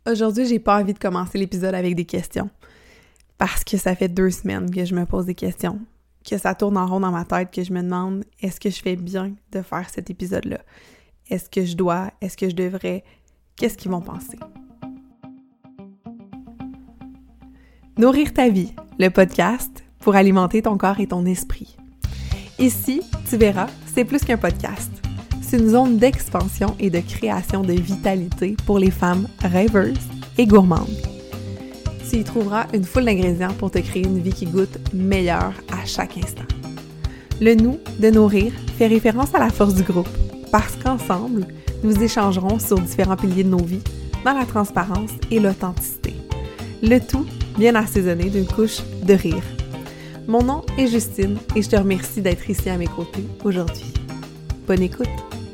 Aujourd'hui, j'ai pas envie de commencer l'épisode avec des questions. Parce que ça fait 2 semaines que je me pose des questions. Que ça tourne en rond dans ma tête, que je me demande est-ce que je fais bien de faire cet épisode-là? Est-ce que je dois? Est-ce que je devrais? Qu'est-ce qu'ils vont penser? Nourrir ta vie, le podcast pour alimenter ton corps et ton esprit. Ici, tu verras, c'est plus qu'un podcast. C'est une zone d'expansion et de création de vitalité pour les femmes rêveuses et gourmandes. Tu y trouveras une foule d'ingrédients pour te créer une vie qui goûte meilleure à chaque instant. Le nous de nourrir fait référence à la force du groupe, parce qu'ensemble, nous échangerons sur différents piliers de nos vies, dans la transparence et l'authenticité. Le tout bien assaisonné d'une couche de rire. Mon nom est Justine et je te remercie d'être ici à mes côtés aujourd'hui. Bonne écoute!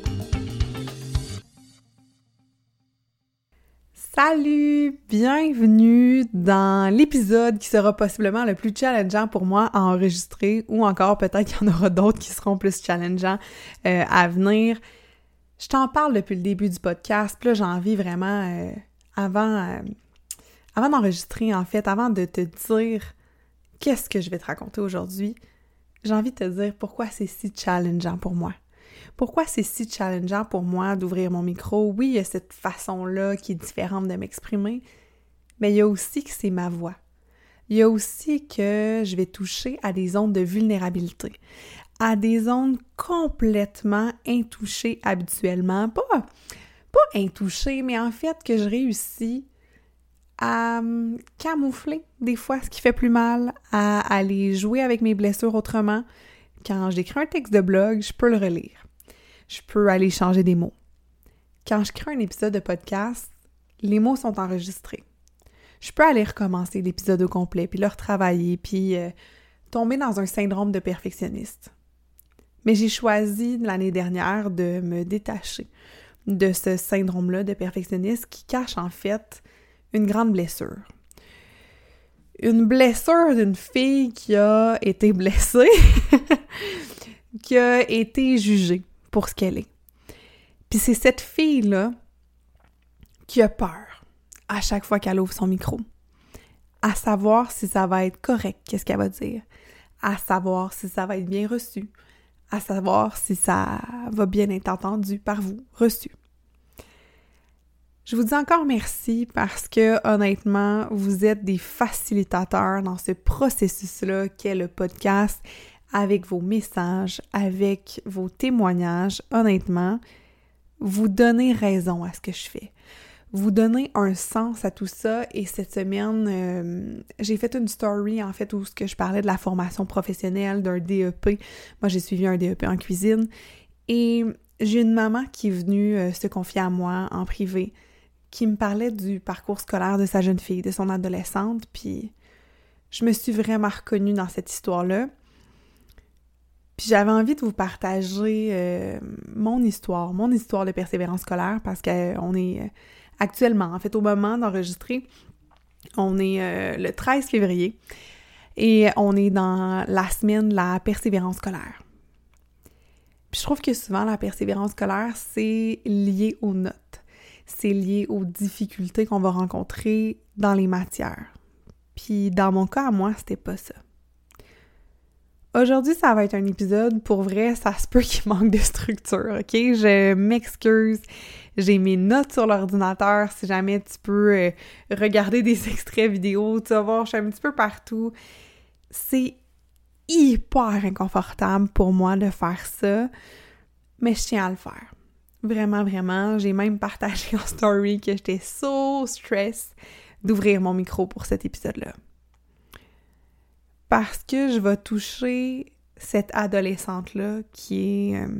Salut! Bienvenue dans l'épisode qui sera possiblement le plus challengeant pour moi à enregistrer, ou encore peut-être qu'il y en aura d'autres qui seront plus challengeants à venir. Je t'en parle depuis le début du podcast, puis là j'ai envie vraiment, avant d'enregistrer en fait, avant de te dire qu'est-ce que je vais te raconter aujourd'hui, j'ai envie de te dire pourquoi c'est si challengeant pour moi. Pourquoi c'est si challengeant pour moi d'ouvrir mon micro? Oui, il y a cette façon-là qui est différente de m'exprimer, mais il y a aussi que c'est ma voix. Il y a aussi que je vais toucher à des zones de vulnérabilité, à des zones complètement intouchées habituellement. Pas intouchées, mais en fait que je réussis à camoufler des fois ce qui fait plus mal, à aller jouer avec mes blessures autrement. Quand j'écris un texte de blog, je peux le relire. Je peux aller changer des mots. Quand je crée un épisode de podcast, les mots sont enregistrés. Je peux aller recommencer l'épisode au complet, puis le retravailler, puis tomber dans un syndrome de perfectionniste. Mais j'ai choisi l'année dernière de me détacher de ce syndrome-là de perfectionniste qui cache en fait une grande blessure. Une blessure d'une fille qui a été blessée, qui a été jugée pour ce qu'elle est. Puis c'est cette fille-là qui a peur à chaque fois qu'elle ouvre son micro, à savoir si ça va être correct, qu'est-ce qu'elle va dire, à savoir si ça va être bien reçu, à savoir si ça va bien être entendu par vous, reçu. Je vous dis encore merci parce que, honnêtement, vous êtes des facilitateurs dans ce processus-là qu'est le podcast, avec vos messages, avec vos témoignages. Honnêtement, vous donnez raison à ce que je fais. Vous donnez un sens à tout ça, et cette semaine, j'ai fait une story, en fait, où je parlais de la formation professionnelle, d'un DEP. Moi, j'ai suivi un DEP en cuisine, et j'ai une maman qui est venue se confier à moi en privé, qui me parlait du parcours scolaire de sa jeune fille, de son adolescente, puis je me suis vraiment reconnue dans cette histoire-là. Puis j'avais envie de vous partager mon histoire de persévérance scolaire, parce qu'on est actuellement, en fait, au moment d'enregistrer, on est le 13 février, et on est dans la semaine de la persévérance scolaire. Puis je trouve que souvent, la persévérance scolaire, c'est lié aux notes. C'est lié aux difficultés qu'on va rencontrer dans les matières. Puis dans mon cas, à moi, c'était pas ça. Aujourd'hui, ça va être un épisode, pour vrai, ça se peut qu'il manque de structure, ok? Je m'excuse, j'ai mes notes sur l'ordinateur, si jamais tu peux regarder des extraits vidéo, tu vas voir, je suis un petit peu partout. C'est hyper inconfortable pour moi de faire ça, mais je tiens à le faire. Vraiment, vraiment. J'ai même partagé en story que j'étais so stress d'ouvrir mon micro pour cet épisode-là. Parce que je vais toucher cette adolescente-là qui est...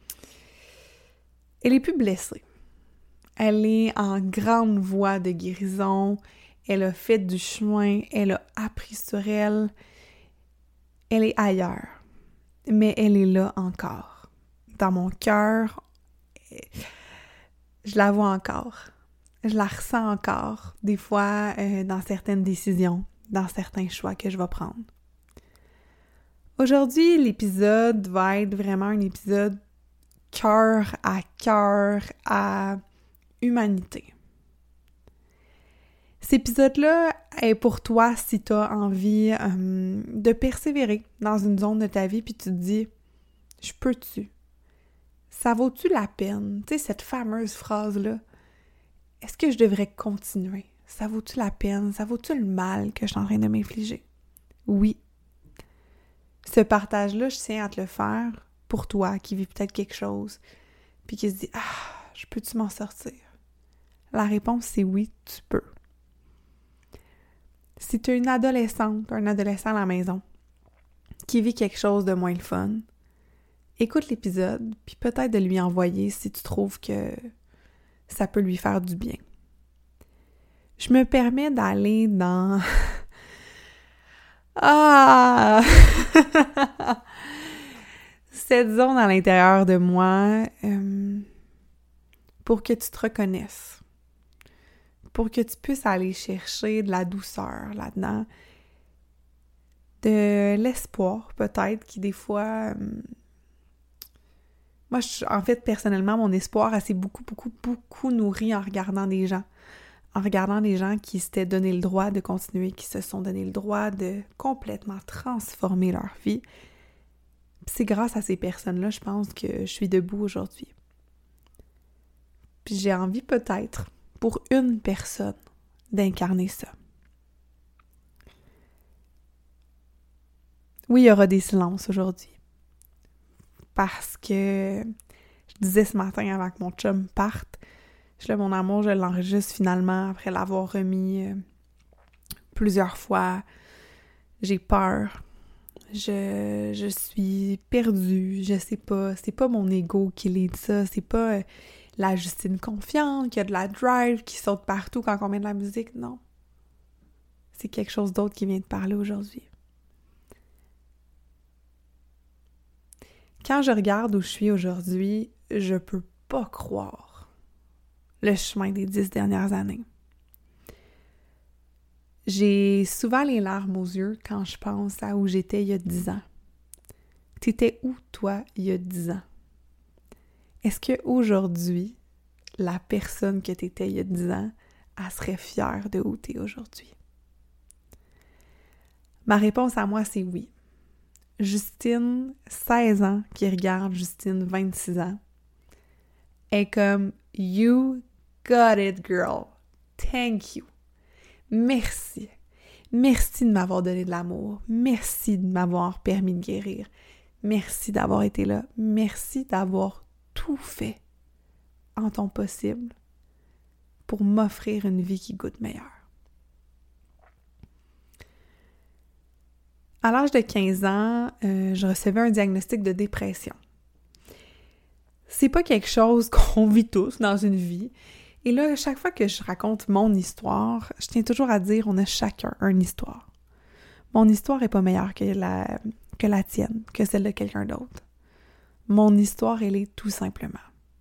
elle est plus blessée. Elle est en grande voie de guérison. Elle a fait du chemin. Elle a appris sur elle. Elle est ailleurs. Mais elle est là encore. Dans mon cœur, je la vois encore. Je la ressens encore. Des fois, dans certaines décisions, dans certains choix que je vais prendre. Aujourd'hui, l'épisode va être vraiment un épisode cœur à humanité. Cet épisode-là est pour toi si tu as envie de persévérer dans une zone de ta vie puis tu te dis « Je peux-tu? Ça vaut-tu la peine? » Tu sais, cette fameuse phrase-là. Est-ce que je devrais continuer? Ça vaut-tu la peine? Ça vaut-tu le mal que je suis en train de m'infliger? Oui. Ce partage-là, je tiens à te le faire pour toi qui vis peut-être quelque chose puis qui se dit « Ah, je peux-tu m'en sortir? » La réponse, c'est oui, tu peux. Si tu es une adolescente, un adolescent à la maison qui vit quelque chose de moins le fun, écoute l'épisode, puis peut-être de lui envoyer si tu trouves que ça peut lui faire du bien. Je me permets d'aller dans... cette zone à l'intérieur de moi pour que tu te reconnaisses. Pour que tu puisses aller chercher de la douceur là-dedans, de l'espoir peut-être, qui des fois... Moi, en fait, personnellement, mon espoir, elle s'est beaucoup nourri en regardant des gens. En regardant des gens qui s'étaient donné le droit de continuer, qui se sont donné le droit de complètement transformer leur vie. Puis c'est grâce à ces personnes-là, je pense, que je suis debout aujourd'hui. Puis j'ai envie peut-être, pour une personne, d'incarner ça. Oui, il y aura des silences aujourd'hui. Parce que, je disais ce matin avant que mon chum parte, mon amour, je l'enregistre finalement après l'avoir remis plusieurs fois. J'ai peur. Je suis perdue. Je sais pas. C'est pas mon ego qui lead ça. C'est pas la Justine confiante, qui a de la drive, qui saute partout quand on met de la musique. Non. C'est quelque chose d'autre qui vient de parler aujourd'hui. Quand je regarde où je suis aujourd'hui, je peux pas croire le chemin des 10 dernières années. J'ai souvent les larmes aux yeux quand je pense à où j'étais il y a 10 ans. T'étais où, toi, il y a 10 ans? Est-ce qu'aujourd'hui, la personne que t'étais il y a 10 ans, elle serait fière de où t'es aujourd'hui? Ma réponse à moi, c'est oui. Justine, 16 ans, qui regarde Justine, 26 ans, est comme « You got it, girl. Thank you. Merci. Merci de m'avoir donné de l'amour. Merci de m'avoir permis de guérir. Merci d'avoir été là. Merci d'avoir tout fait en ton possible pour m'offrir une vie qui goûte meilleure. » À l'âge de 15 ans, je recevais un diagnostic de dépression. C'est pas quelque chose qu'on vit tous dans une vie. Et là, chaque fois que je raconte mon histoire, je tiens toujours à dire on a chacun une histoire. Mon histoire est pas meilleure que la tienne, que celle de quelqu'un d'autre. Mon histoire, elle est tout simplement.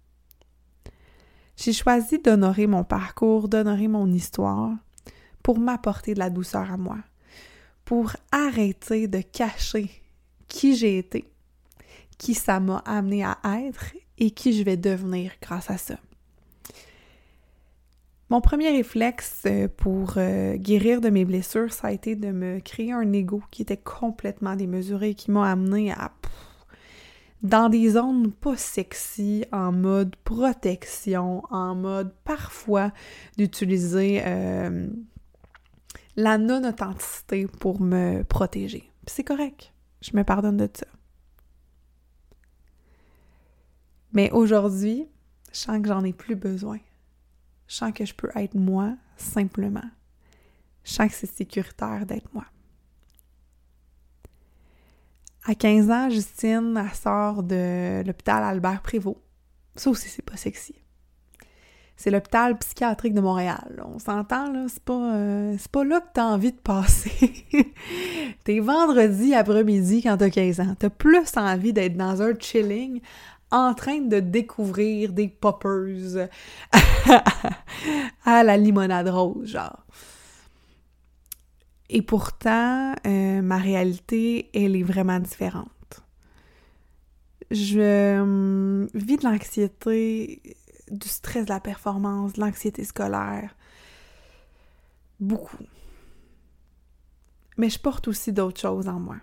J'ai choisi d'honorer mon parcours, d'honorer mon histoire pour m'apporter de la douceur à moi. Pour arrêter de cacher qui j'ai été, qui ça m'a amené à être et qui je vais devenir grâce à ça. Mon premier réflexe pour guérir de mes blessures, ça a été de me créer un ego qui était complètement démesuré, qui m'a amené à dans des zones pas sexy, en mode protection, en mode parfois d'utiliser la non-authenticité pour me protéger. Puis c'est correct, je me pardonne de ça. Mais aujourd'hui, je sens que j'en ai plus besoin. Je sens que je peux être moi, simplement. Je sens que c'est sécuritaire d'être moi. À 15 ans, Justine, elle sort de l'hôpital Albert Prévost. Ça aussi, c'est pas sexy. C'est l'hôpital psychiatrique de Montréal. On s'entend, là, c'est pas là que t'as envie de passer. T'es vendredi après-midi quand t'as 15 ans. T'as plus envie d'être dans un chilling en train de découvrir des poppers à la limonade rose, genre. Et pourtant, ma réalité, elle est vraiment différente. Je vis de l'anxiété, du stress de la performance, de l'anxiété scolaire. beaucoup. Mais je porte aussi d'autres choses en moi.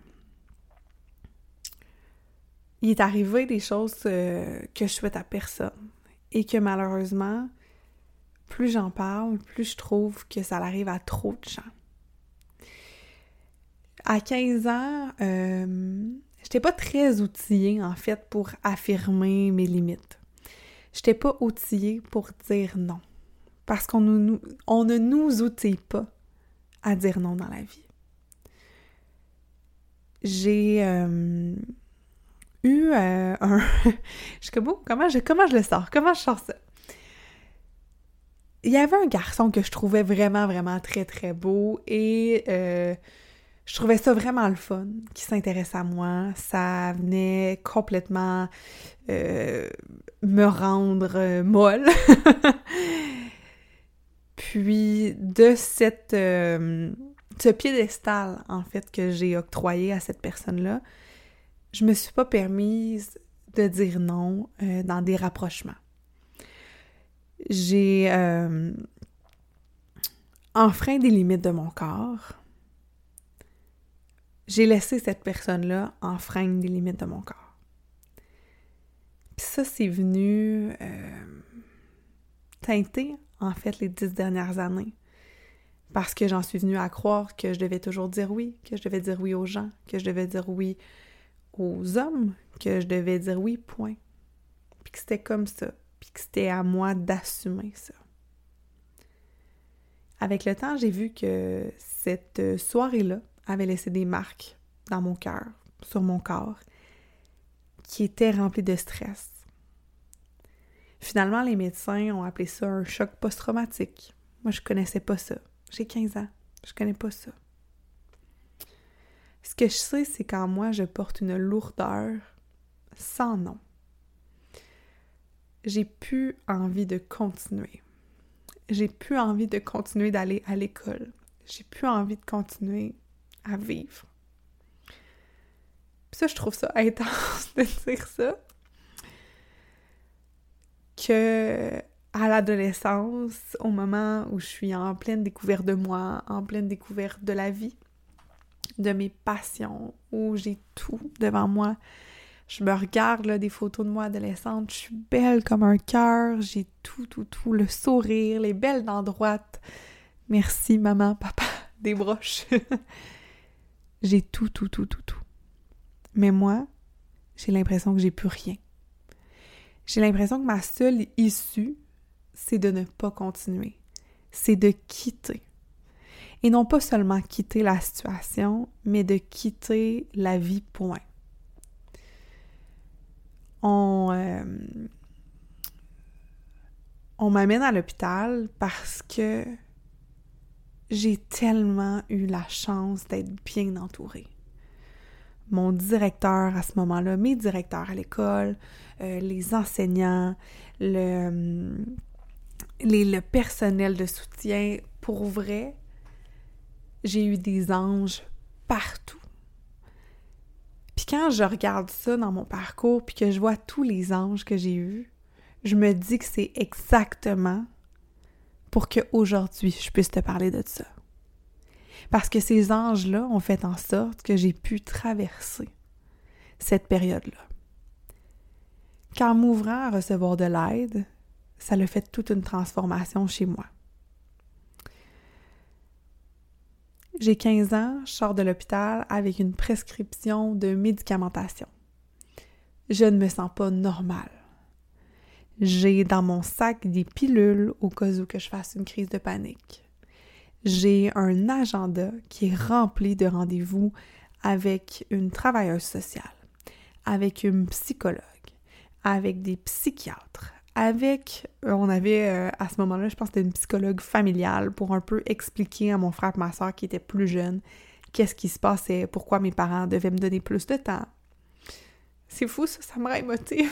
Il est arrivé des choses que je souhaite à personne et que malheureusement, plus j'en parle, plus je trouve que ça arrive à trop de gens. À 15 ans, j'étais pas très outillée, en fait, pour affirmer mes limites. J'étais pas outillée pour dire non. Parce qu'on ne nous outille pas à dire non dans la vie. J'ai eu un... Je sais pas, comment je le sors? Comment je sors ça? Il y avait un garçon que je trouvais vraiment, vraiment très, très beau et je trouvais ça vraiment le fun, qui s'intéresse à moi. Ça venait complètement me rendre molle. Puis de ce piédestal, en fait, que j'ai octroyé à cette personne-là, je me suis pas permise de dire non dans des rapprochements. J'ai enfreint des limites de mon corps. J'ai laissé cette personne-là enfreindre des limites de mon corps. Puis ça, c'est venu teinter, en fait, les 10 dernières années. Parce que j'en suis venue à croire que je devais toujours dire oui, que je devais dire oui aux gens, que je devais dire oui aux hommes, que je devais dire oui, point. Puis que c'était comme ça. Puis que c'était à moi d'assumer ça. Avec le temps, j'ai vu que cette soirée-là avait laissé des marques dans mon cœur, sur mon corps, qui étaient remplies de stress. Finalement, les médecins ont appelé ça un choc post-traumatique. Moi, je connaissais pas ça. J'ai 15 ans, je connais pas ça. Ce que je sais, c'est qu'en moi, je porte une lourdeur sans nom. J'ai plus envie de continuer. J'ai plus envie de continuer d'aller à l'école. J'ai plus envie de continuer à vivre. Puis ça, je trouve ça intense de dire ça. Que à l'adolescence, au moment où je suis en pleine découverte de moi, en pleine découverte de la vie, de mes passions, où j'ai tout devant moi, je me regarde là, des photos de moi adolescente, je suis belle comme un cœur, j'ai tout, le sourire, les belles dents droites. Merci maman, papa, des broches. J'ai tout. Mais moi, j'ai l'impression que j'ai plus rien. J'ai l'impression que ma seule issue, c'est de ne pas continuer. C'est de quitter. Et non pas seulement quitter la situation, mais de quitter la vie, point. On m'amène à l'hôpital parce que j'ai tellement eu la chance d'être bien entourée. Mon directeur à ce moment-là, mes directeurs à l'école, les enseignants, le personnel de soutien, pour vrai, j'ai eu des anges partout. Puis quand je regarde ça dans mon parcours, puis que je vois tous les anges que j'ai eus, je me dis que c'est exactement pour qu'aujourd'hui, je puisse te parler de ça. Parce que ces anges-là ont fait en sorte que j'ai pu traverser cette période-là. Qu'en m'ouvrant à recevoir de l'aide, ça a fait toute une transformation chez moi. J'ai 15 ans, je sors de l'hôpital avec une prescription de médicamentation. Je ne me sens pas normale. J'ai dans mon sac des pilules au cas où que je fasse une crise de panique. J'ai un agenda qui est rempli de rendez-vous avec une travailleuse sociale, avec une psychologue, avec des psychiatres, on avait à ce moment-là, je pense que c'était une psychologue familiale pour un peu expliquer à mon frère et ma soeur qui étaient plus jeunes qu'est-ce qui se passait, pourquoi mes parents devaient me donner plus de temps. C'est fou, ça me réémotive.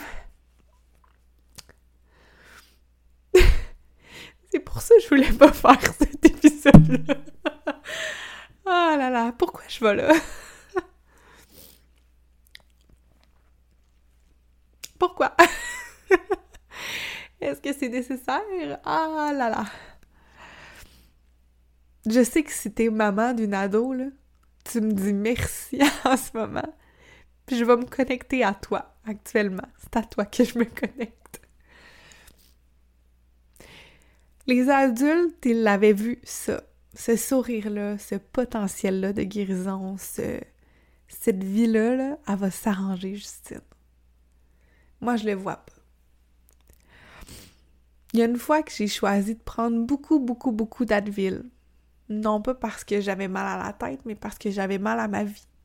C'est pour ça que je voulais pas faire cet épisode-là. Ah là là, pourquoi je vais là? Pourquoi? Est-ce que c'est nécessaire? Ah là là! Je sais que si t'es maman d'une ado, là, tu me dis merci en ce moment, puis je vais me connecter à toi actuellement. C'est à toi que je me connecte. Les adultes, ils l'avaient vu, ça. Ce sourire-là, ce potentiel-là de guérison, cette vie-là, là, elle va s'arranger, Justine. Moi, je le vois pas. Il y a une fois que j'ai choisi de prendre beaucoup d'Advil. Non pas parce que j'avais mal à la tête, mais parce que j'avais mal à ma vie.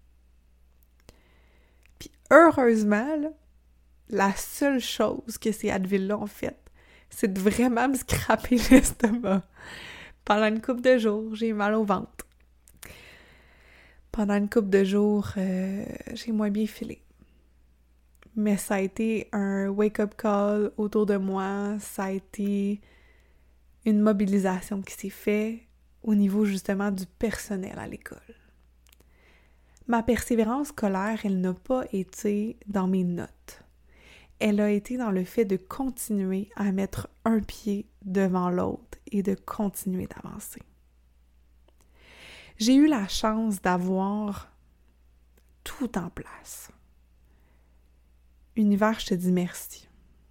Puis heureusement, là, la seule chose que ces Advil-là ont fait, c'est de vraiment me scraper l'estomac. Pendant une couple de jours, j'ai mal au ventre. Pendant une couple de jours, j'ai moins bien filé. Mais ça a été un wake-up call autour de moi. Ça a été une mobilisation qui s'est faite au niveau justement du personnel à l'école. Ma persévérance scolaire, elle n'a pas été dans mes notes. Elle a été dans le fait de continuer à mettre un pied devant l'autre et de continuer d'avancer. J'ai eu la chance d'avoir tout en place. Univers, je te dis merci.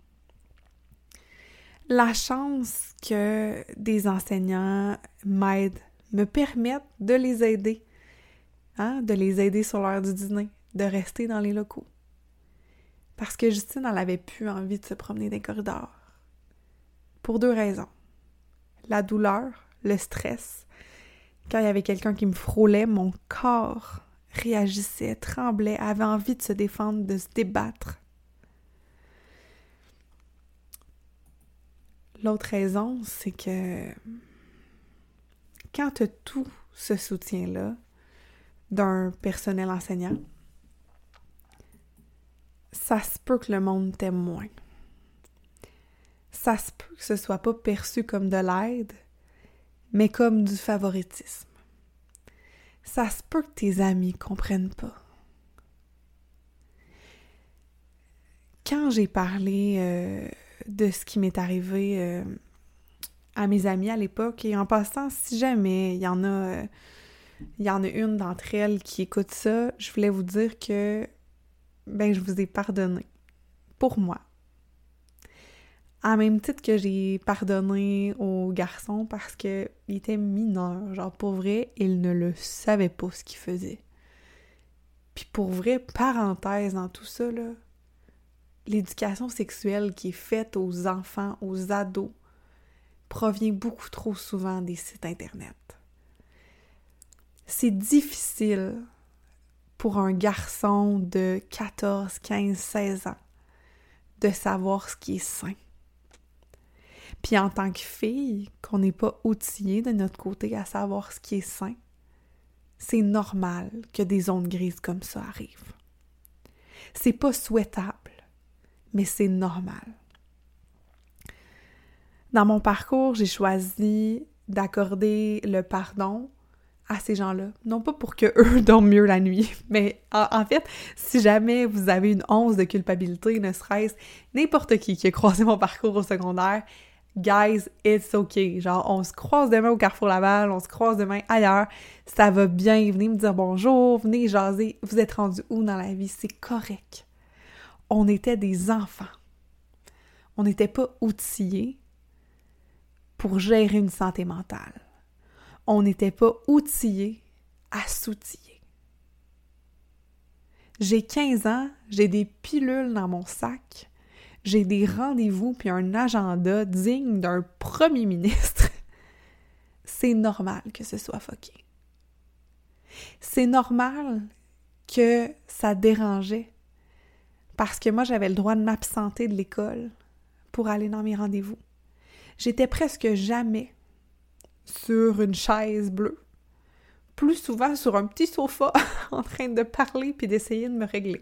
La chance que des enseignants m'aident, me permettent de les aider, de les aider sur l'heure du dîner, de rester dans les locaux. Parce que Justine, elle avait plus envie de se promener dans les corridors. Pour 2 raisons. La douleur, le stress. Quand il y avait quelqu'un qui me frôlait, mon corps réagissait, tremblait, avait envie de se défendre, de se débattre. L'autre raison, c'est que quand tu as tout ce soutien-là d'un personnel enseignant, ça se peut que le monde t'aime moins. Ça se peut que ce soit pas perçu comme de l'aide, mais comme du favoritisme. Ça se peut que tes amis comprennent pas. Quand j'ai parlé de ce qui m'est arrivé à mes amis à l'époque, et en passant, si jamais il y en a une d'entre elles qui écoute ça, je voulais vous dire que je vous ai pardonné. Pour moi. En même titre que j'ai pardonné au garçon parce qu'il était mineur. Genre, pour vrai, il ne le savait pas ce qu'il faisait. Puis pour vrai, parenthèse dans tout ça, là, l'éducation sexuelle qui est faite aux enfants, aux ados, provient beaucoup trop souvent des sites Internet. C'est difficile pour un garçon de 14, 15, 16 ans de savoir ce qui est sain. Puis en tant que fille, qu'on n'est pas outillé de notre côté à savoir ce qui est sain, c'est normal que des zones grises comme ça arrivent. C'est pas souhaitable, mais c'est normal. Dans mon parcours, j'ai choisi d'accorder le pardon à ces gens-là. Non pas pour qu'eux dorment mieux la nuit, mais en fait, si jamais vous avez une once de culpabilité, ne serait-ce n'importe qui a croisé mon parcours au secondaire, guys, it's okay. Genre, on se croise demain au Carrefour Laval, on se croise demain ailleurs, ça va bien, venez me dire bonjour, venez jaser, vous êtes rendus où dans la vie, c'est correct. On était des enfants. On n'était pas outillés pour gérer une santé mentale. On n'était pas outillés à s'outiller. J'ai 15 ans, j'ai des pilules dans mon sac, j'ai des rendez-vous puis un agenda digne d'un premier ministre. C'est normal que ce soit fucké. C'est normal que ça dérangeait parce que moi, j'avais le droit de m'absenter de l'école pour aller dans mes rendez-vous. J'étais presque jamais sur une chaise bleue, plus souvent sur un petit sofa en train de parler puis d'essayer de me régler.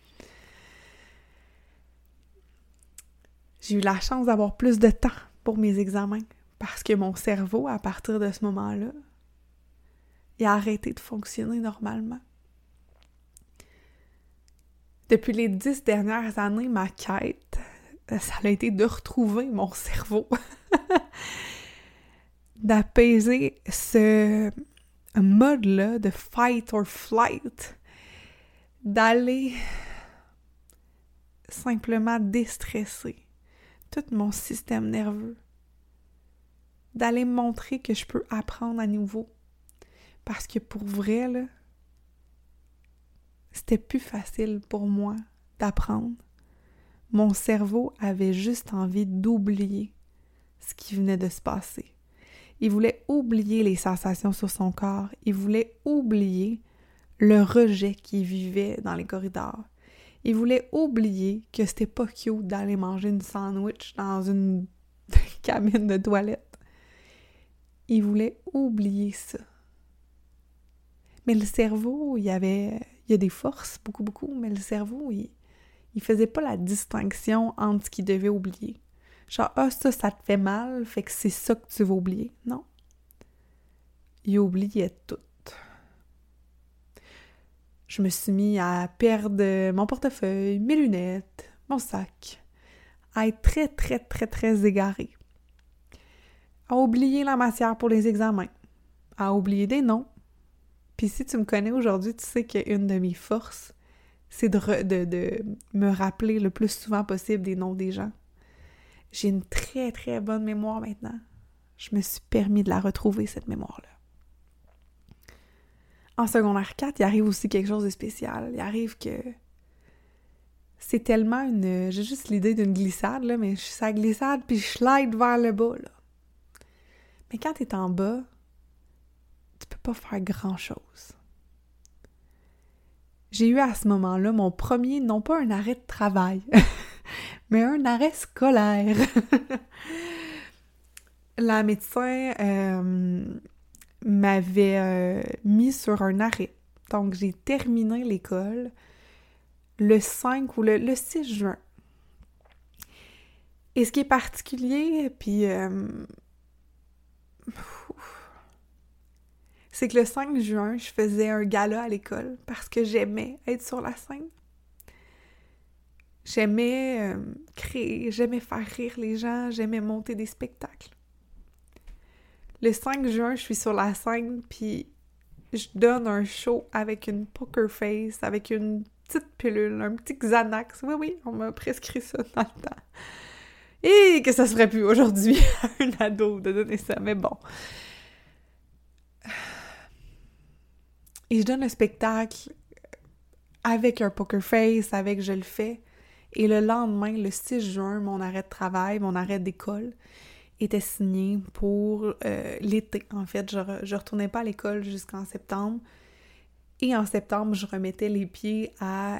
J'ai eu la chance d'avoir plus de temps pour mes examens parce que mon cerveau, à partir de ce moment-là, il a arrêté de fonctionner normalement. Depuis les 10 dernières années, ma quête, ça a été de retrouver mon cerveau. d'apaiser ce mode-là de fight or flight, d'aller simplement déstresser tout mon système nerveux, d'aller me montrer que je peux apprendre à nouveau. Parce que pour vrai, là, c'était plus facile pour moi d'apprendre. Mon cerveau avait juste envie d'oublier ce qui venait de se passer. Il voulait oublier les sensations sur son corps. Il voulait oublier le rejet qu'il vivait dans les corridors. Il voulait oublier que c'était pas cute d'aller manger une sandwich dans une cabine de toilette. Il voulait oublier ça. Mais le cerveau, il y a des forces, beaucoup, mais le cerveau, il faisait pas la distinction entre ce qu'il devait oublier. Genre, ça te fait mal, fait que c'est ça que tu vas oublier. Non. Il oubliait tout. Je me suis mis à perdre mon portefeuille, mes lunettes, mon sac, à être très, très, très, très égarée. À oublier la matière pour les examens. À oublier des noms. Puis si tu me connais aujourd'hui, tu sais qu'une de mes forces, c'est de me rappeler le plus souvent possible des noms des gens. J'ai une très, très bonne mémoire maintenant. Je me suis permis de la retrouver, cette mémoire-là. En secondaire 4, il arrive aussi quelque chose de spécial. Il arrive que c'est tellement j'ai juste l'idée d'une glissade, là, mais je suis sur la glissade, puis je slide vers le bas, là. Mais quand t'es en bas, tu peux pas faire grand-chose. J'ai eu à ce moment-là mon premier, non pas un arrêt de travail, mais un arrêt scolaire. La médecin m'avait mis sur un arrêt. Donc, j'ai terminé l'école le 5 ou le 6 juin. Et ce qui est particulier, puis c'est que le 5 juin, je faisais un gala à l'école parce que j'aimais être sur la scène. J'aimais créer, j'aimais faire rire les gens, j'aimais monter des spectacles. Le 5 juin, je suis sur la scène, puis je donne un show avec une poker face, avec une petite pilule, un petit Xanax. Oui, on m'a prescrit ça dans le temps. Et que ça se ferait plus aujourd'hui à un ado de donner ça, mais bon. Et je donne un spectacle avec un poker face, avec je le fais. Et le lendemain, le 6 juin, mon arrêt de travail, mon arrêt d'école était signé pour l'été. En fait, je retournais pas à l'école jusqu'en septembre. Et en septembre, je remettais les pieds à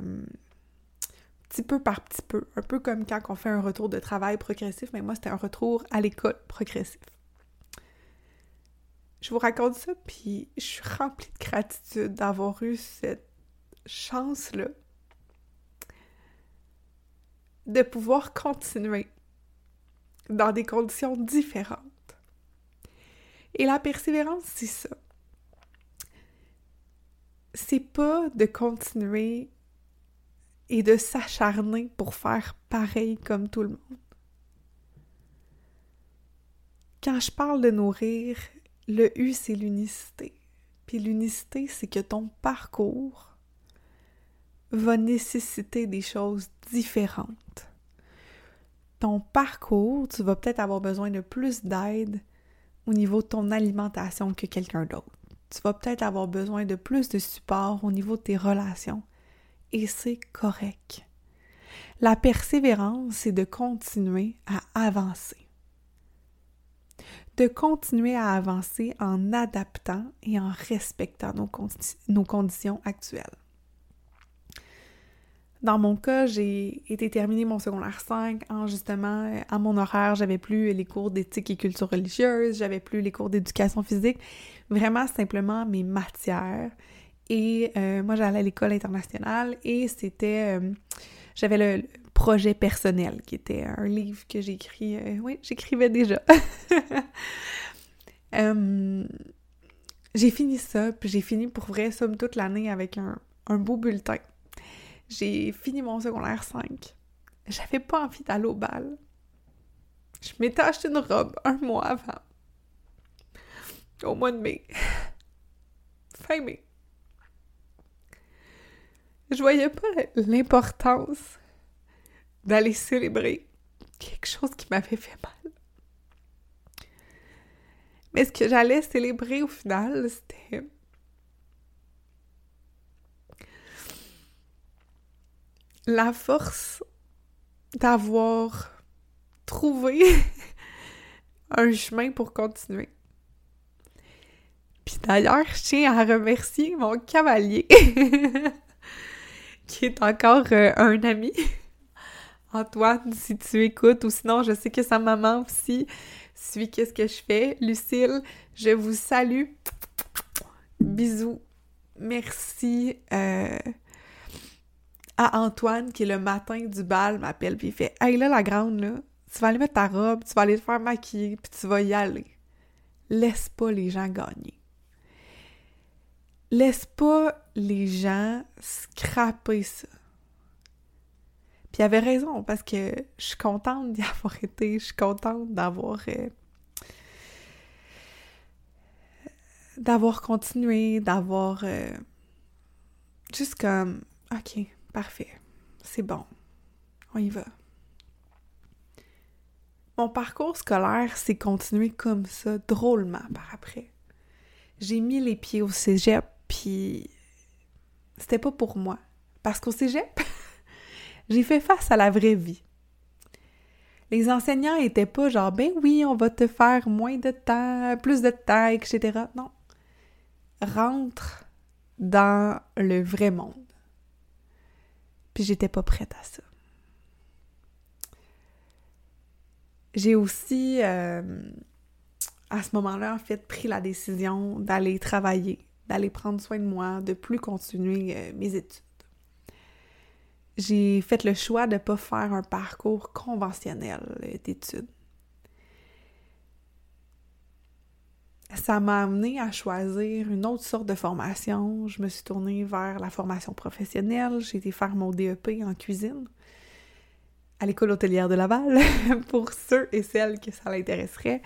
petit peu par petit peu. Un peu comme quand on fait un retour de travail progressif, mais moi, c'était un retour à l'école progressif. Je vous raconte ça, puis je suis remplie de gratitude d'avoir eu cette chance-là de pouvoir continuer dans des conditions différentes. Et la persévérance, c'est ça. C'est pas de continuer et de s'acharner pour faire pareil comme tout le monde. Quand je parle de nourrir, le U, c'est l'unicité. Puis l'unicité, c'est que ton parcours va nécessiter des choses différentes. Ton parcours, tu vas peut-être avoir besoin de plus d'aide au niveau de ton alimentation que quelqu'un d'autre. Tu vas peut-être avoir besoin de plus de support au niveau de tes relations. Et c'est correct. La persévérance, c'est de continuer à avancer. De continuer à avancer en adaptant et en respectant nos conditions actuelles. Dans mon cas, j'ai été terminer mon secondaire 5 en justement, à mon horaire, j'avais plus les cours d'éthique et culture religieuse, j'avais plus les cours d'éducation physique, vraiment simplement mes matières. Et moi, j'allais à l'école internationale et c'était... j'avais le projet personnel qui était un livre que j'ai écrit... oui, j'écrivais déjà. J'ai fini ça, puis j'ai fini pour vrai, somme toute l'année avec un beau bulletin. J'ai fini mon secondaire 5. J'avais pas envie d'aller au bal. Je m'étais acheté une robe un mois avant. au mois de mai. Fin mai. Je voyais pas l'importance d'aller célébrer quelque chose qui m'avait fait mal. Mais ce que j'allais célébrer au final, c'était la force d'avoir trouvé un chemin pour continuer. Puis d'ailleurs, je tiens à remercier mon cavalier, qui est encore un ami. Antoine, si tu écoutes, ou sinon, je sais que sa maman aussi suit qu'est-ce que je fais. Lucille, je vous salue. Bisous. Merci à Antoine, qui le matin du bal m'appelle, puis il fait « Hey là, la grande, là, tu vas aller mettre ta robe, tu vas aller te faire maquiller, puis tu vas y aller. Laisse pas les gens gagner. Laisse pas les gens scraper ça. » Puis il avait raison, parce que je suis contente d'y avoir été, je suis contente d'avoir continué, d'avoir juste comme « Ok, parfait, c'est bon, on y va. » Mon parcours scolaire s'est continué comme ça, drôlement, par après. J'ai mis les pieds au cégep, puis c'était pas pour moi. Parce qu'au cégep, j'ai fait face à la vraie vie. Les enseignants étaient pas genre « Ben oui, on va te faire moins de temps, plus de temps, etc. » Non. Rentre dans le vrai monde. Puis j'étais pas prête à ça. J'ai aussi, à ce moment-là, en fait, pris la décision d'aller travailler, d'aller prendre soin de moi, de plus continuer mes études. J'ai fait le choix de ne pas faire un parcours conventionnel d'études. Ça m'a amené à choisir une autre sorte de formation. Je me suis tournée vers la formation professionnelle. J'ai été faire mon DEP en cuisine à l'École hôtelière de Laval, pour ceux et celles que ça l'intéresserait.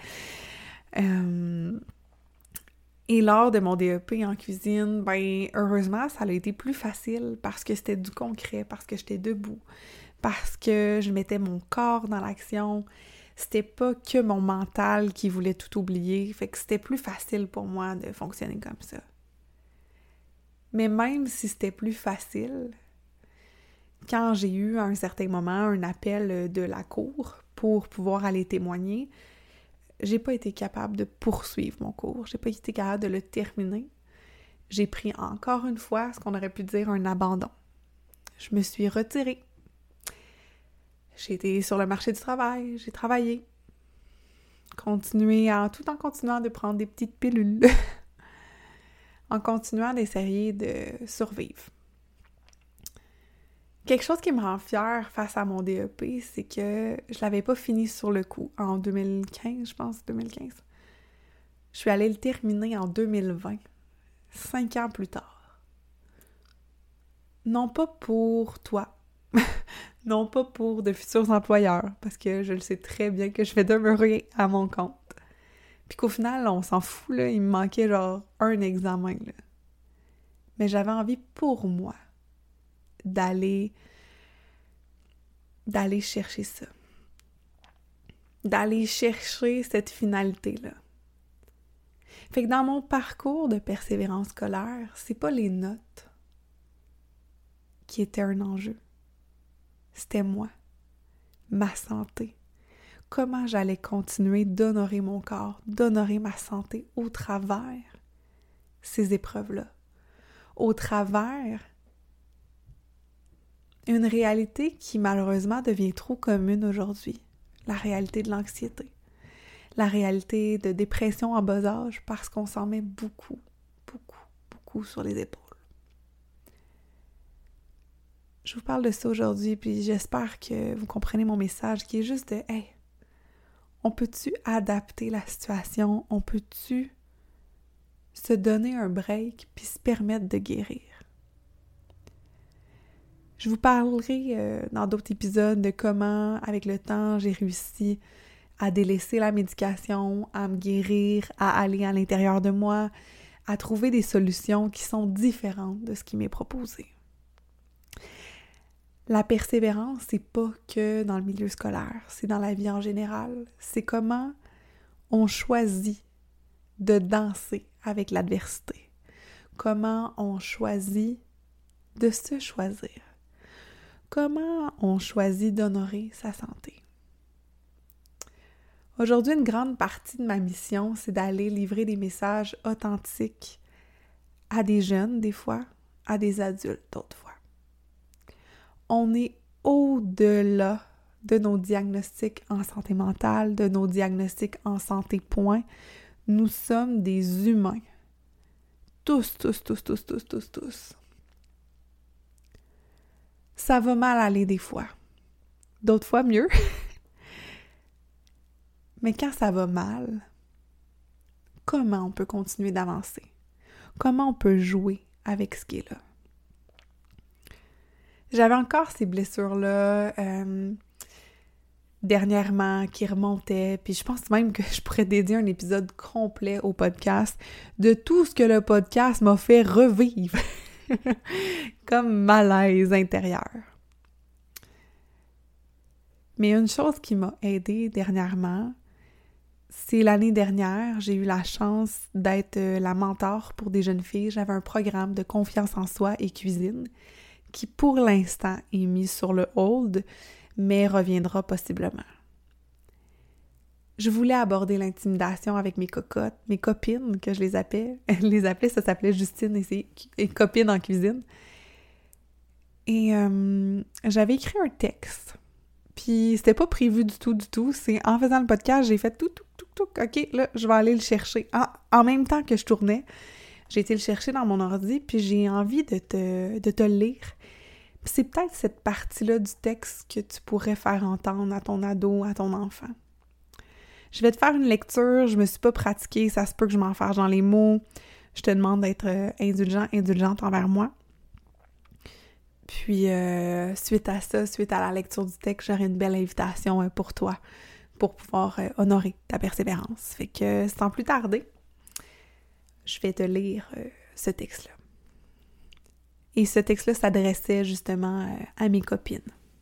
Et lors de mon DEP en cuisine, ben heureusement, ça a été plus facile parce que c'était du concret, parce que j'étais debout, parce que je mettais mon corps dans l'action. C'était pas que mon mental qui voulait tout oublier, fait que c'était plus facile pour moi de fonctionner comme ça. Mais même si c'était plus facile, quand j'ai eu à un certain moment un appel de la cour pour pouvoir aller témoigner, j'ai pas été capable de poursuivre mon cours, j'ai pas été capable de le terminer. J'ai pris encore une fois ce qu'on aurait pu dire un abandon. Je me suis retirée. J'ai été sur le marché du travail, j'ai travaillé. Tout en continuant de prendre des petites pilules. En continuant d'essayer de survivre. Quelque chose qui me rend fière face à mon DEP, c'est que je l'avais pas fini sur le coup en 2015, je pense, 2015. Je suis allée le terminer en 2020, 5 ans plus tard. Non pas pour toi, non pas pour de futurs employeurs, parce que je le sais très bien que je vais demeurer à mon compte. Puis qu'au final, on s'en fout, là, il me manquait genre un examen, là. Mais j'avais envie pour moi d'aller chercher ça. D'aller chercher cette finalité-là. Fait que dans mon parcours de persévérance scolaire, c'est pas les notes qui étaient un enjeu. C'était moi, ma santé. Comment j'allais continuer d'honorer mon corps, d'honorer ma santé au travers ces épreuves-là. Au travers une réalité qui malheureusement devient trop commune aujourd'hui. La réalité de l'anxiété. La réalité de dépression en bas âge parce qu'on s'en met beaucoup, beaucoup, beaucoup sur les épaules. Je vous parle de ça aujourd'hui, puis j'espère que vous comprenez mon message qui est juste de « Hey, on peut-tu adapter la situation? On peut-tu se donner un break puis se permettre de guérir? » Je vous parlerai dans d'autres épisodes de comment, avec le temps, j'ai réussi à délaisser la médication, à me guérir, à aller à l'intérieur de moi, à trouver des solutions qui sont différentes de ce qui m'est proposé. La persévérance, c'est pas que dans le milieu scolaire, c'est dans la vie en général. C'est comment on choisit de danser avec l'adversité. Comment on choisit de se choisir. Comment on choisit d'honorer sa santé. Aujourd'hui, une grande partie de ma mission, c'est d'aller livrer des messages authentiques à des jeunes, des fois, à des adultes, d'autres fois. On est au-delà de nos diagnostics en santé mentale, de nos diagnostics en santé point. Nous sommes des humains. Tous. Ça va mal aller des fois. D'autres fois, mieux. Mais quand ça va mal, comment on peut continuer d'avancer? Comment on peut jouer avec ce qui est là? J'avais encore ces blessures-là dernièrement qui remontaient, puis je pense même que je pourrais dédier un épisode complet au podcast de tout ce que le podcast m'a fait revivre comme malaise intérieur. Mais une chose qui m'a aidée dernièrement, c'est l'année dernière, j'ai eu la chance d'être la mentor pour des jeunes filles. J'avais un programme de confiance en soi et cuisine qui, pour l'instant, est mis sur le hold, mais reviendra possiblement. Je voulais aborder l'intimidation avec mes cocottes, mes copines, que je les appelais. Ça s'appelait Justine et copine en cuisine. Et j'avais écrit un texte. Puis c'était pas prévu du tout. C'est en faisant le podcast, j'ai fait tout. OK, là, je vais aller le chercher. En même temps que je tournais, j'ai été le chercher dans mon ordi, puis j'ai envie de te le lire. Puis c'est peut-être cette partie-là du texte que tu pourrais faire entendre à ton ado, à ton enfant. Je vais te faire une lecture, je me suis pas pratiquée, ça se peut que je m'en fasse dans les mots. Je te demande d'être indulgente envers moi. Puis, suite à ça, suite à la lecture du texte, j'aurai une belle invitation pour toi, pour pouvoir honorer ta persévérance. Fait que, sans plus tarder, je vais te lire ce texte-là. Et ce texte-là s'adressait justement à mes copines.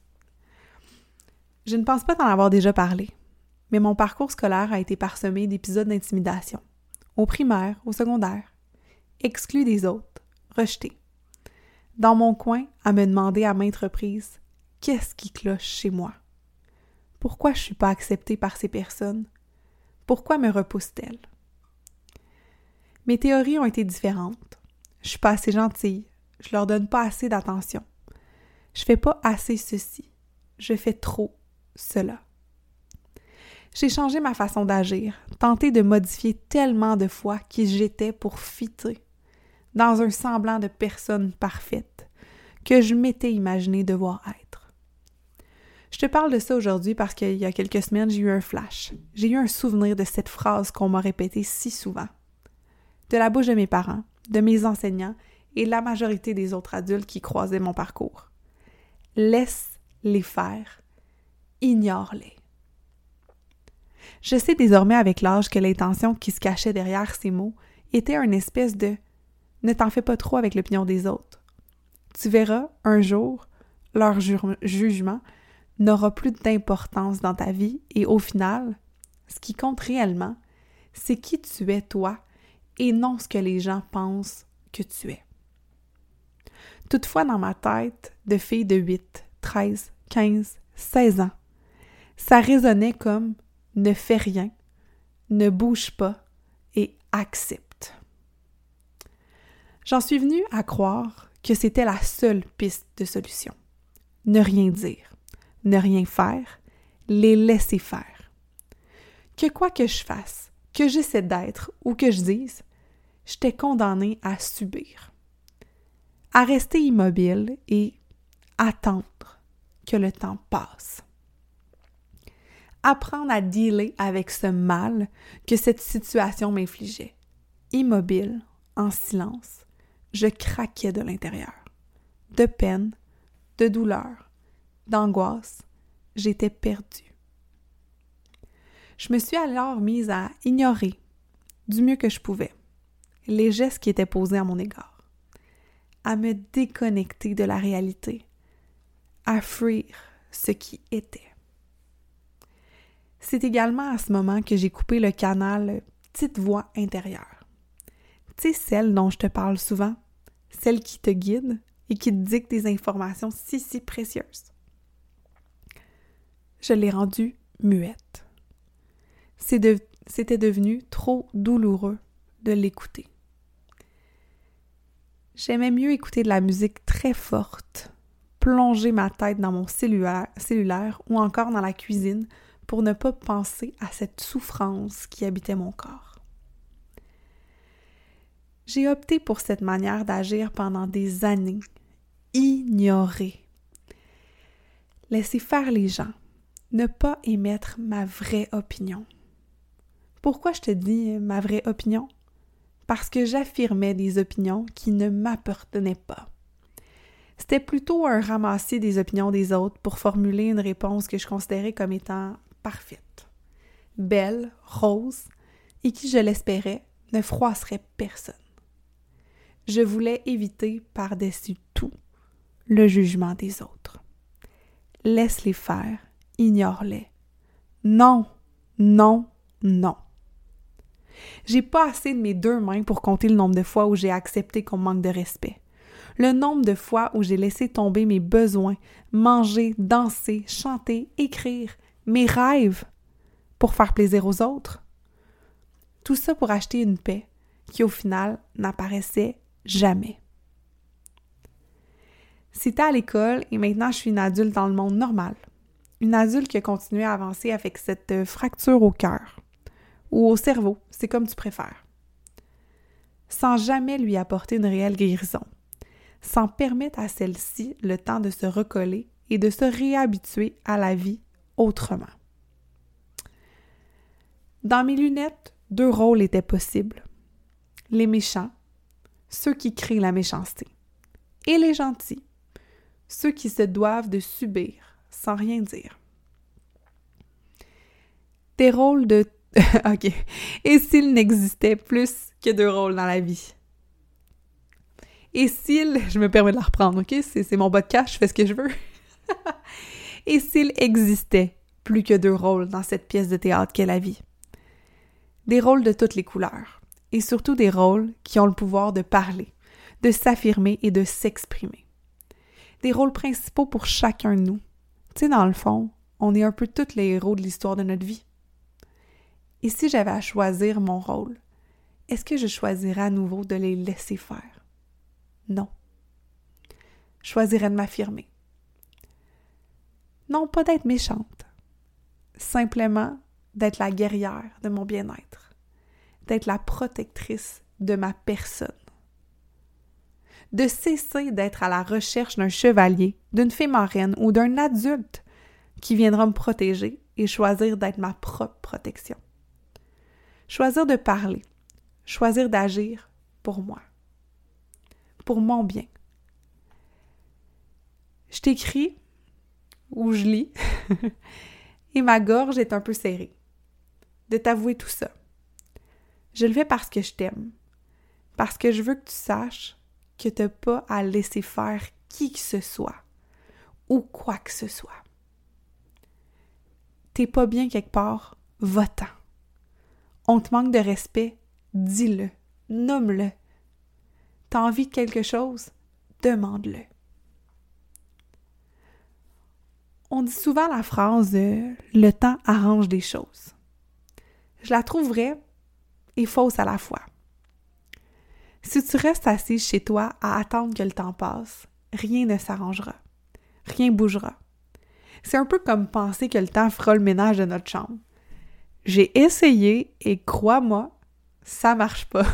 Je ne pense pas t'en avoir déjà parlé, mais mon parcours scolaire a été parsemé d'épisodes d'intimidation. Au primaire, au secondaire, exclu des autres, rejeté. Dans mon coin, à me demander à maintes reprises « Qu'est-ce qui cloche chez moi? Pourquoi je suis pas acceptée par ces personnes? Pourquoi me repoussent-elles? » Mes théories ont été différentes. Je suis pas assez gentille. Je leur donne pas assez d'attention. Je fais pas assez ceci. Je fais trop cela. J'ai changé ma façon d'agir, tenté de modifier tellement de fois qui j'étais pour fitter dans un semblant de personne parfaite que je m'étais imaginé devoir être. Je te parle de ça aujourd'hui parce qu'il y a quelques semaines, j'ai eu un flash. J'ai eu un souvenir de cette phrase qu'on m'a répétée si souvent. De la bouche de mes parents, de mes enseignants et de la majorité des autres adultes qui croisaient mon parcours. Laisse-les faire. Ignore-les. Je sais désormais avec l'âge que l'intention qui se cachait derrière ces mots était une espèce de « ne t'en fais pas trop avec l'opinion des autres ». Tu verras, un jour, leur jugement n'aura plus d'importance dans ta vie et au final, ce qui compte réellement, c'est qui tu es toi et non ce que les gens pensent que tu es. Toutefois, dans ma tête de fille de 8, 13, 15, 16 ans, ça résonnait comme « ne fais rien, ne bouge pas et accepte ». J'en suis venue à croire que c'était la seule piste de solution. Ne rien dire, ne rien faire, les laisser faire. Que quoi que je fasse, que j'essaie d'être ou que je dise, j'étais condamnée à subir. À rester immobile et attendre que le temps passe. Apprendre à dealer avec ce mal que cette situation m'infligeait. Immobile, en silence, je craquais de l'intérieur. De peine, de douleur, d'angoisse, j'étais perdue. Je me suis alors mise à ignorer, du mieux que je pouvais, les gestes qui étaient posés à mon égard, à me déconnecter de la réalité, à fuir ce qui était. C'est également à ce moment que j'ai coupé le canal « petite voix intérieure ». Tu sais, celle dont je te parle souvent, celle qui te guide et qui te dicte des informations si précieuses. Je l'ai rendue muette. C'était devenu trop douloureux de l'écouter. J'aimais mieux écouter de la musique très forte, plonger ma tête dans mon cellulaire ou encore dans la cuisine pour ne pas penser à cette souffrance qui habitait mon corps. J'ai opté pour cette manière d'agir pendant des années. Ignorer. Laisser faire les gens. Ne pas émettre ma vraie opinion. Pourquoi je te dis ma vraie opinion? Parce que j'affirmais des opinions qui ne m'appartenaient pas. C'était plutôt un ramassis des opinions des autres pour formuler une réponse que je considérais comme étant parfaite, belle, rose, et qui, je l'espérais, ne froisserait personne. Je voulais éviter par-dessus tout le jugement des autres. Laisse-les faire, ignore-les. Non, non, non. J'ai pas assez de mes 2 mains pour compter le nombre de fois où j'ai accepté qu'on me manque de respect. Le nombre de fois où j'ai laissé tomber mes besoins, manger, danser, chanter, écrire, mes rêves, pour faire plaisir aux autres. Tout ça pour acheter une paix qui, au final, n'apparaissait jamais. C'était à l'école et maintenant je suis une adulte dans le monde normal. Une adulte qui a continué à avancer avec cette fracture au cœur ou au cerveau, c'est comme tu préfères. Sans jamais lui apporter une réelle guérison. Sans permettre à celle-ci le temps de se recoller et de se réhabituer à la vie autrement. Dans mes lunettes, 2 rôles étaient possibles. Les méchants, ceux qui créent la méchanceté, et les gentils, ceux qui se doivent de subir sans rien dire. Des rôles de... OK. Et s'il n'existait plus que 2 rôles dans la vie? Et s'il... Je me permets de la reprendre, OK? C'est mon podcast, je fais ce que je veux. Et s'il existait plus que 2 rôles dans cette pièce de théâtre qu'est la vie? Des rôles de toutes les couleurs. Et surtout des rôles qui ont le pouvoir de parler, de s'affirmer et de s'exprimer. Des rôles principaux pour chacun de nous. Tu sais, dans le fond, on est un peu tous les héros de l'histoire de notre vie. Et si j'avais à choisir mon rôle, est-ce que je choisirais à nouveau de les laisser faire? Non. Je choisirais de m'affirmer. Non, pas d'être méchante. Simplement d'être la guerrière de mon bien-être. D'être la protectrice de ma personne. De cesser d'être à la recherche d'un chevalier, d'une fée marraine ou d'un adulte qui viendra me protéger et choisir d'être ma propre protection. Choisir de parler, choisir d'agir pour moi, pour mon bien. Je t'écris ou je lis et ma gorge est un peu serrée de t'avouer tout ça. Je le fais parce que je t'aime, parce que je veux que tu saches que tu n'as pas à laisser faire qui que ce soit ou quoi que ce soit. T'es pas bien quelque part, va-t'en. On te manque de respect, dis-le, nomme-le. T'as envie de quelque chose, demande-le. On dit souvent la phrase « le temps arrange des choses ». Je la trouve vraie et fausse à la fois. Si tu restes assise chez toi à attendre que le temps passe, rien ne s'arrangera. Rien bougera. C'est un peu comme penser que le temps fera le ménage de notre chambre. J'ai essayé et crois-moi, ça marche pas.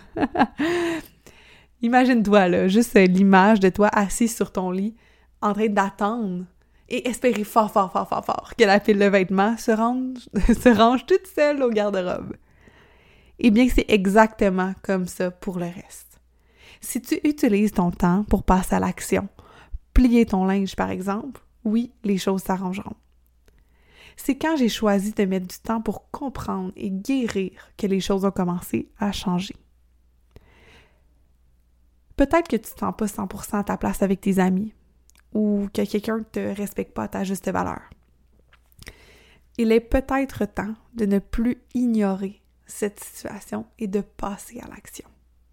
Imagine-toi là, juste l'image de toi assis sur ton lit, en train d'attendre et espérer fort que la pile de vêtements se range toute seule au garde-robe. Eh bien, c'est exactement comme ça pour le reste. Si tu utilises ton temps pour passer à l'action, plier ton linge par exemple, oui, les choses s'arrangeront. C'est quand j'ai choisi de mettre du temps pour comprendre et guérir que les choses ont commencé à changer. Peut-être que tu ne te sens pas 100% à ta place avec tes amis ou que quelqu'un ne te respecte pas à ta juste valeur. Il est peut-être temps de ne plus ignorer cette situation et de passer à l'action.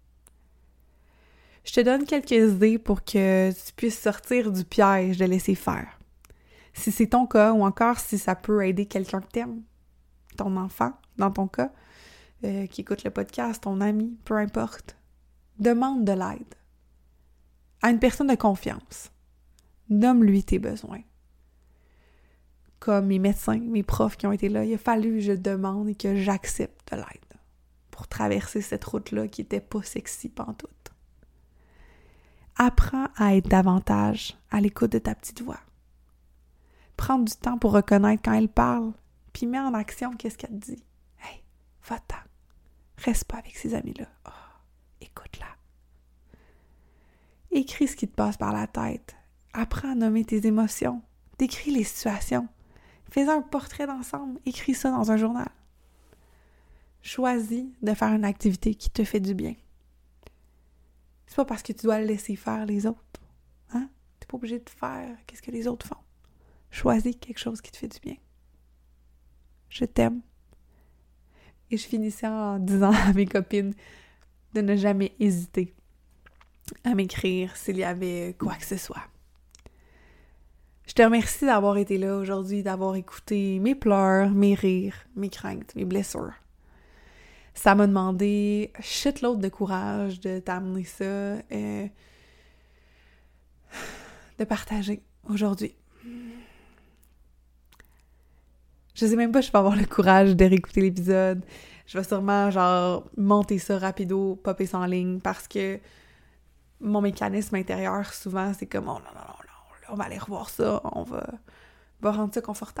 Je te donne quelques idées pour que tu puisses sortir du piège de laisser faire. Si c'est ton cas ou encore si ça peut aider quelqu'un que t'aimes, ton enfant, dans ton cas, qui écoute le podcast, ton ami, peu importe, demande de l'aide à une personne de confiance. Nomme-lui tes besoins. Comme mes médecins, mes profs qui ont été là, il a fallu que je demande et que j'accepte de l'aide pour traverser cette route-là qui était pas sexy pantoute. Apprends à être davantage à l'écoute de ta petite voix. Prends du temps pour reconnaître quand elle parle, puis mets en action qu'est-ce qu'elle te dit. Hey, va-t'en. Reste pas avec ces amis-là. Oh, écoute-la. Écris ce qui te passe par la tête. Apprends à nommer tes émotions. Décris les situations. Fais un portrait d'ensemble. Écris ça dans un journal. Choisis de faire une activité qui te fait du bien. C'est pas parce que tu dois laisser faire les autres. Hein? T'es pas obligé de faire qu'est-ce que les autres font. Choisis quelque chose qui te fait du bien. Je t'aime. Et je finissais en disant à mes copines de ne jamais hésiter à m'écrire s'il y avait quoi que ce soit. Je te remercie d'avoir été là aujourd'hui, d'avoir écouté mes pleurs, mes rires, mes craintes, mes blessures. Ça m'a demandé shitload de courage de t'amener ça, de partager aujourd'hui. Je sais même pas si je vais avoir le courage de réécouter l'épisode. Je vais sûrement, monter ça rapido, popper ça en ligne, parce que mon mécanisme intérieur, souvent, c'est comme « Oh non, on va aller revoir ça, on va rendre ça confortable. »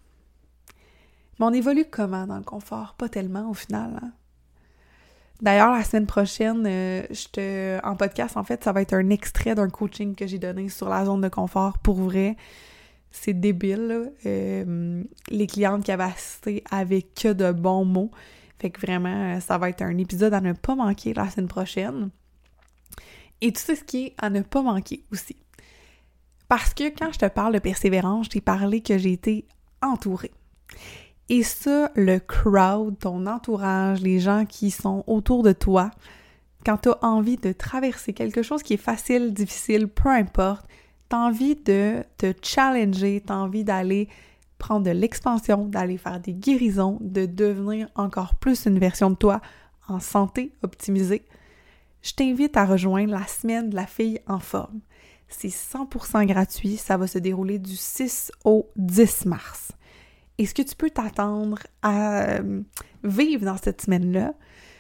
Mais on évolue comment dans le confort? Pas tellement, au final, hein? D'ailleurs, la semaine prochaine, en podcast, en fait, ça va être un extrait d'un coaching que j'ai donné sur la zone de confort. Pour vrai, c'est débile, là. Les clientes qui avaient assisté avaient que de bons mots. Fait que vraiment, ça va être un épisode à ne pas manquer la semaine prochaine. Et tu sais ce qui est à ne pas manquer aussi. Parce que quand je te parle de persévérance, je t'ai parlé que j'ai été entourée. Et ça, le crowd, ton entourage, les gens qui sont autour de toi, quand tu as envie de traverser quelque chose qui est facile, difficile, peu importe, tu as envie de te challenger, tu as envie d'aller prendre de l'expansion, d'aller faire des guérisons, de devenir encore plus une version de toi en santé optimisée, je t'invite à rejoindre la semaine de la fille en forme. C'est 100% gratuit, ça va se dérouler du 6 au 10 mars. Et ce que tu peux t'attendre à vivre dans cette semaine-là,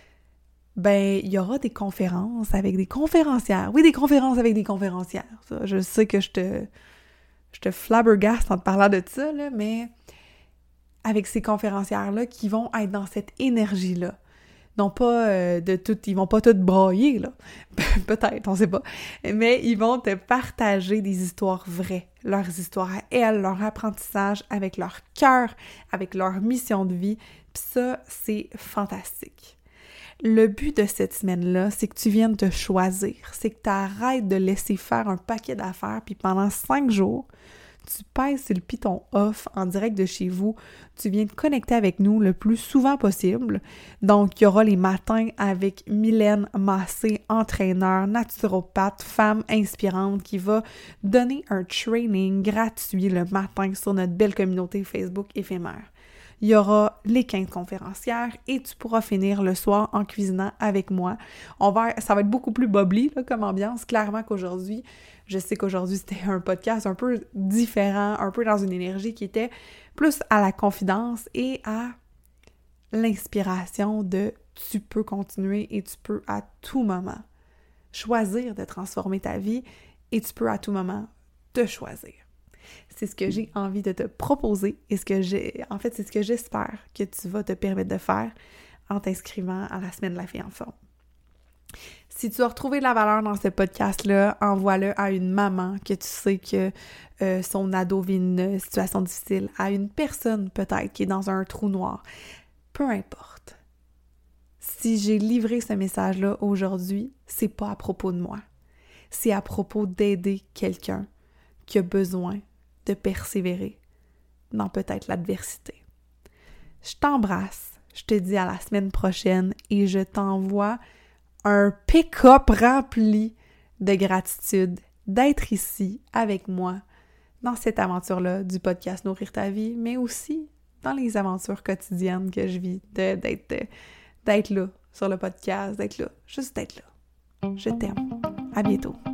il y aura des conférences avec des conférencières. Oui, des conférences avec des conférencières. Ça, je sais que je te flabbergaste en te parlant de ça, là, mais avec ces conférencières-là qui vont être dans cette énergie-là. Non pas ils vont pas toutes brailler, là. Peut-être, on sait pas. Mais ils vont te partager des histoires vraies, leurs histoires à elles, leur apprentissage avec leur cœur, avec leur mission de vie. Puis ça, c'est fantastique. Le but de cette semaine-là, c'est que tu viennes te choisir. C'est que tu arrêtes de laisser faire un paquet d'affaires, puis pendant 5 jours, tu pèses sur le piton off en direct de chez vous. Tu viens te connecter avec nous le plus souvent possible. Donc, il y aura les matins avec Mylène Massé, entraîneur, naturopathe, femme inspirante qui va donner un training gratuit le matin sur notre belle communauté Facebook éphémère. Il y aura les 15 conférencières et tu pourras finir le soir en cuisinant avec moi. Ça va être beaucoup plus bubbly là, comme ambiance, clairement qu'aujourd'hui. Je sais qu'aujourd'hui, c'était un podcast un peu différent, un peu dans une énergie qui était plus à la confidence et à l'inspiration de tu peux continuer et tu peux à tout moment choisir de transformer ta vie et tu peux à tout moment te choisir. C'est ce que j'ai envie de te proposer et c'est ce que j'espère que tu vas te permettre de faire en t'inscrivant à la semaine de la fille en forme. Si tu as retrouvé de la valeur dans ce podcast-là, envoie-le à une maman que tu sais que son ado vit une situation difficile, à une personne peut-être qui est dans un trou noir. Peu importe. Si j'ai livré ce message-là aujourd'hui, c'est pas à propos de moi. C'est à propos d'aider quelqu'un qui a besoin de persévérer dans peut-être l'adversité. Je t'embrasse, je te dis à la semaine prochaine et je t'envoie un pick-up rempli de gratitude d'être ici avec moi dans cette aventure-là du podcast Nourrir ta vie, mais aussi dans les aventures quotidiennes que je vis, d'être là sur le podcast, d'être là, juste d'être là. Je t'aime. À bientôt.